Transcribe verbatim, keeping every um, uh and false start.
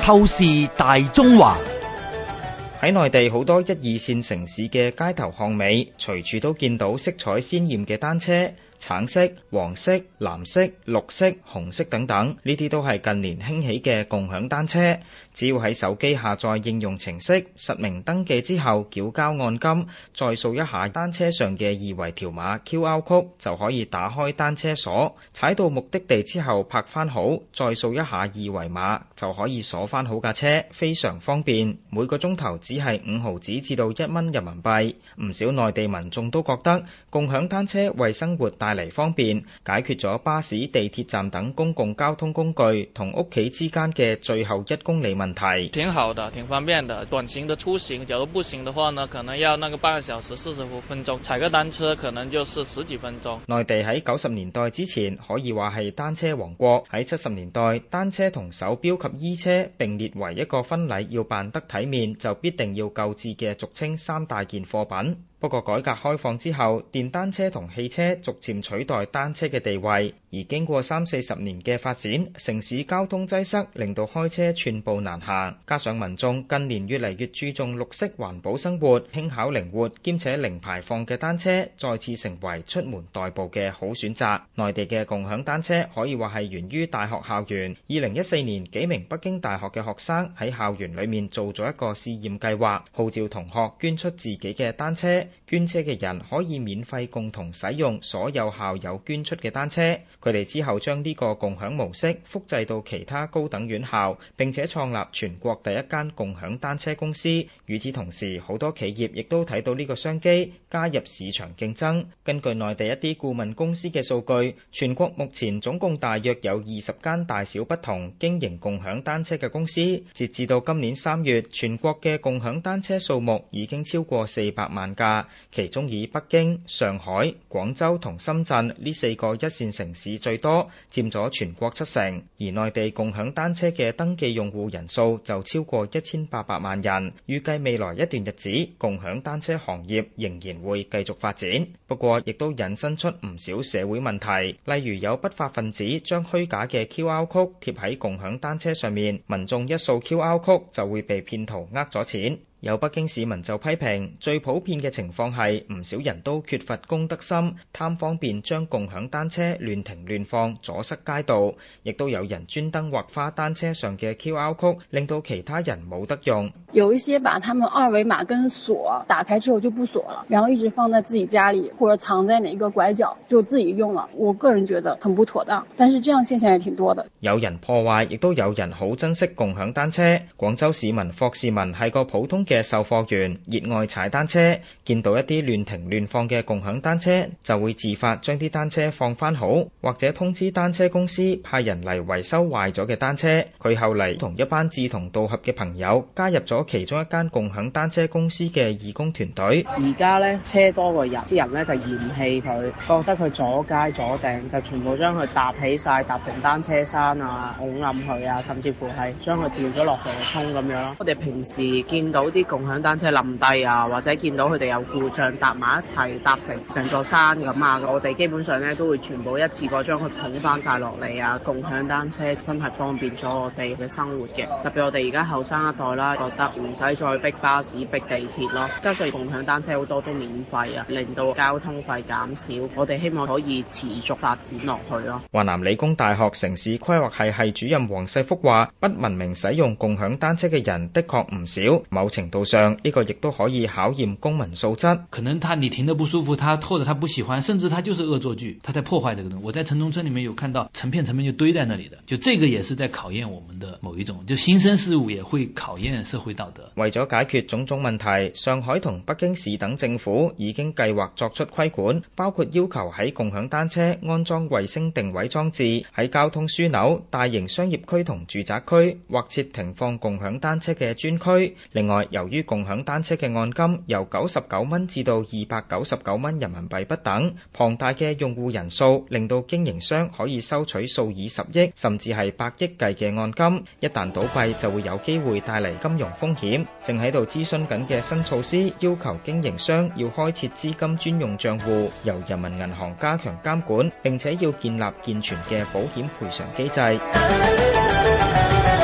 透視大中華。 喺內地好多一二線城市嘅街頭巷尾，隨處都見到色彩鮮豔嘅單車，橙色、黃色、藍色、綠色、紅色等等，呢啲都係近年興起嘅共享單車。只要喺手機下載應用程式，實名登記之後繳交按金，再掃一下單車上嘅二維條碼 Q R code， 就可以打開單車鎖。踩到目的地之後拍翻好，再掃一下二維碼就可以鎖翻好架車，非常方便。每個鐘頭只係五毫子至到一蚊人民幣。唔少內地民眾都覺得共享單車為生活帶嚟方便，解決咗巴士、地鐵站等公共交通工具同屋企之間嘅最後一公里問題。 挺好的，挺方便的。短行的出行，假如步行的話呢，可能要那個半個小時四十五分鐘，踩個單車可能就是十幾分鐘。 內地喺九十年代之前可以話係單車王國，喺七十年代，單車同手錶及衣車並列為一個婚禮要辦得體面就必定要購置嘅俗稱三大件貨品。不過改革開放之後，電單車同汽車逐漸取代單車嘅地位，而經過三四十年嘅發展，城市交通擠塞令到開車寸步難行，加上民眾近年越嚟越注重綠色環保生活，輕巧靈活兼且零排放嘅單車再次成為出門代步嘅好選擇。內地嘅共享單車可以話係源於大學校園。二零一四年，幾名北京大學嘅學生喺校園裏面做咗一個試驗計劃，號召同學捐出自己嘅單車。捐車嘅人可以免費共同使用所有校友捐出嘅單車。佢哋之後將呢個共享模式複製到其他高等院校，並且創立全國第一間共享單車公司。與此同時，好多企業亦都睇到呢個商機，加入市場競爭。根據內地一啲顧問公司嘅數據，全國目前總共大約有二十間大小不同經營共享單車嘅公司。截至到今年三月，全國嘅共享單車數目已經超過四百萬架。其中以北京、上海、廣州同深圳呢四個一線城市最多，佔咗全國七成。而內地共享單車嘅登記用戶人數就超過一千八百萬人。預計未來一段日子，共享單車行業仍然會繼續發展。不過，亦都引申出唔少社會問題，例如有不法分子將虛假嘅 Q R code 貼喺共享單車上面，民眾一掃 Q R code 就會被騙徒呃咗錢。有北京市民就批評，最普遍嘅情況係唔少人都缺乏公德心，貪方便將共享單車亂停亂放，阻塞街道。亦都有人專登畫花單車上嘅 Q R code， 令到其他人冇得用。 有一些把他們二維碼跟鎖打開之後就不鎖了，然後一直放在自己家裡或者藏在哪一個拐角就自己用了。我個人覺得很不妥當，但是這樣現象也挺多的。 有人破壞，亦都有人好珍惜共享單車。廣州市民霍市民係個普通嘅售貨員，熱愛踩單車，見到一啲亂停亂放嘅共享單車，就會自發將啲單車放翻好，或者通知單車公司派人嚟維修壞咗嘅單車。佢後嚟同一班志同道合嘅朋友加入咗其中一間共享單車公司嘅義工團隊。 而家咧車多過人，啲人咧就嫌棄佢，覺得佢阻街阻頂，就全部將佢搭起晒，搭成單車山啊，拱冧佢啊，甚至乎係將佢掉咗落河涌咁樣咯。我哋平時見到啲共享單車冧低啊，或者見到佢哋有故障搭埋一齊搭成成座山咁啊，我哋基本上咧都會全部一次過將佢捧翻晒落嚟啊。共享單車真係方便咗我哋嘅生活嘅，特別我哋而家後生一代啦，覺得唔使再逼巴士逼地鐵咯，加上共享單車好多都免費啊，令到交通費減少。我哋希望可以持續發展落去咯。 華南理工大學城市規劃系系主任黃世福話，不文明使用共享單車嘅人的確唔少，某程度上呢個亦都可以考驗公民素質。 可能他你停得不舒服，他或者他不喜歡，甚至他就是惡作劇，他在破壞這個東西。我在城中村裏面有看到成片成片就堆在那裡的，就這個也是在考驗我們的某一種，就新生事物也會考驗社會道德。 為咗解決種種問題，上海同北京市等政府已經計劃作出規管，包括要求喺共享單車安裝衛星定位裝置，喺交通樞紐、大型商業區同住宅區劃設停放共享單車嘅專區。另外，由於共享單車嘅按金由九十九蚊至到二百九十九蚊人民幣不等，龐大嘅用戶人數令到經營商可以收取數以十億甚至係百億計嘅按金，一旦倒閉就會有機會帶嚟金融風險。正喺度諮詢緊嘅新措施，要求經營商要開設資金專用賬戶，由人民銀行加強監管，並且要建立健全嘅保險賠償機制。